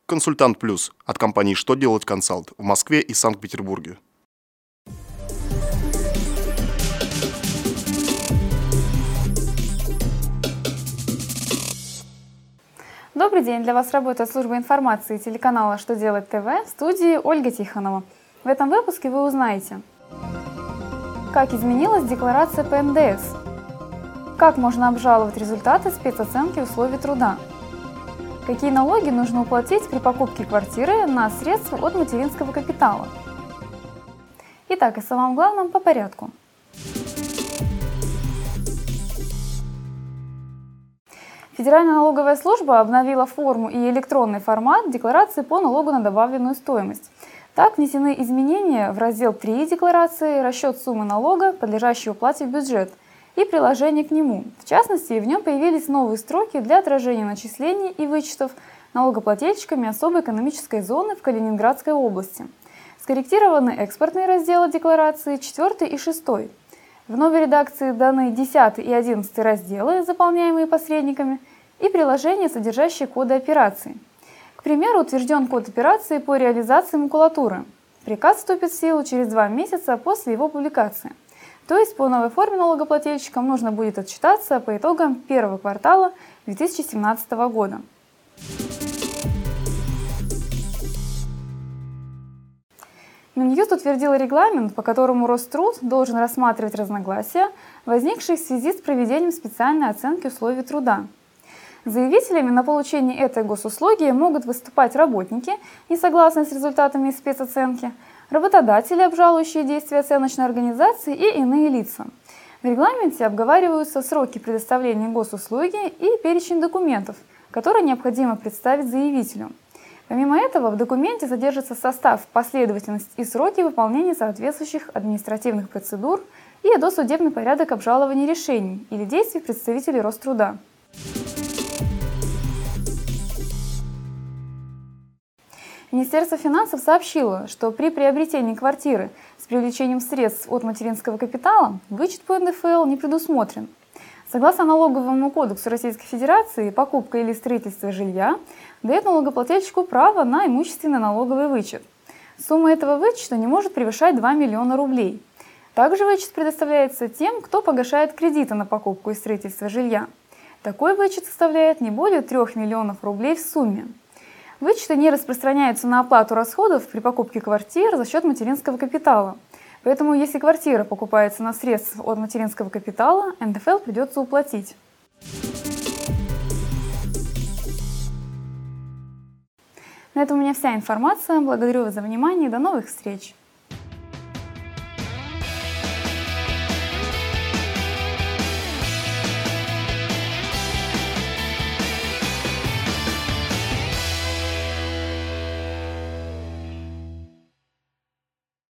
Консультант Плюс от компании «Что делать консалт» в Москве и Санкт-Петербурге. Добрый день! Для вас работает служба информации телеканала «Что делать ТВ», в студии Ольга Тихонова. В этом выпуске вы узнаете, как изменилась декларация по НДС, как можно обжаловать результаты спецоценки условий труда, какие налоги нужно уплатить при покупке квартиры на средства от материнского капитала. Итак, о самом главном по порядку. Федеральная налоговая служба обновила форму и электронный формат декларации по налогу на добавленную стоимость. Так внесены изменения в раздел 3 декларации «Расчет суммы налога, подлежащей уплате в бюджет» и приложение к нему. В частности, в нем появились новые строки для отражения начислений и вычетов налогоплательщиками особой экономической зоны в Калининградской области. Скорректированы экспортные разделы декларации 4 и 6. В новой редакции даны 10 и 11 разделы, заполняемые посредниками, и приложение, содержащее коды операций. К примеру, утвержден код операции по реализации макулатуры. Приказ вступит в силу через 2 месяца после его публикации. То есть по новой форме налогоплательщикам нужно будет отчитаться по итогам первого квартала 2017 года. Минюст утвердил регламент, по которому Роструд должен рассматривать разногласия, возникшие в связи с проведением специальной оценки условий труда. Заявителями на получение этой госуслуги могут выступать работники, не согласные с результатами спецоценки, работодатели, обжалующие действия оценочной организации и иные лица. В регламенте обговариваются сроки предоставления госуслуги и перечень документов, которые необходимо представить заявителю. Помимо этого, в документе содержится состав, последовательность и сроки выполнения соответствующих административных процедур и досудебный порядок обжалования решений или действий представителей Роструда. Министерство финансов сообщило, что при приобретении квартиры с привлечением средств от материнского капитала вычет по НДФЛ не предусмотрен. Согласно Налоговому кодексу Российской Федерации, покупка или строительство жилья дает налогоплательщику право на имущественный налоговый вычет. Сумма этого вычета не может превышать 2 миллиона рублей. Также вычет предоставляется тем, кто погашает кредиты на покупку и строительство жилья. Такой вычет составляет не более 3 миллионов рублей в сумме. Вычеты не распространяются на оплату расходов при покупке квартир за счет материнского капитала. Поэтому, если квартира покупается на средства от материнского капитала, НДФЛ придется уплатить. На этом у меня вся информация. Благодарю вас за внимание и до новых встреч!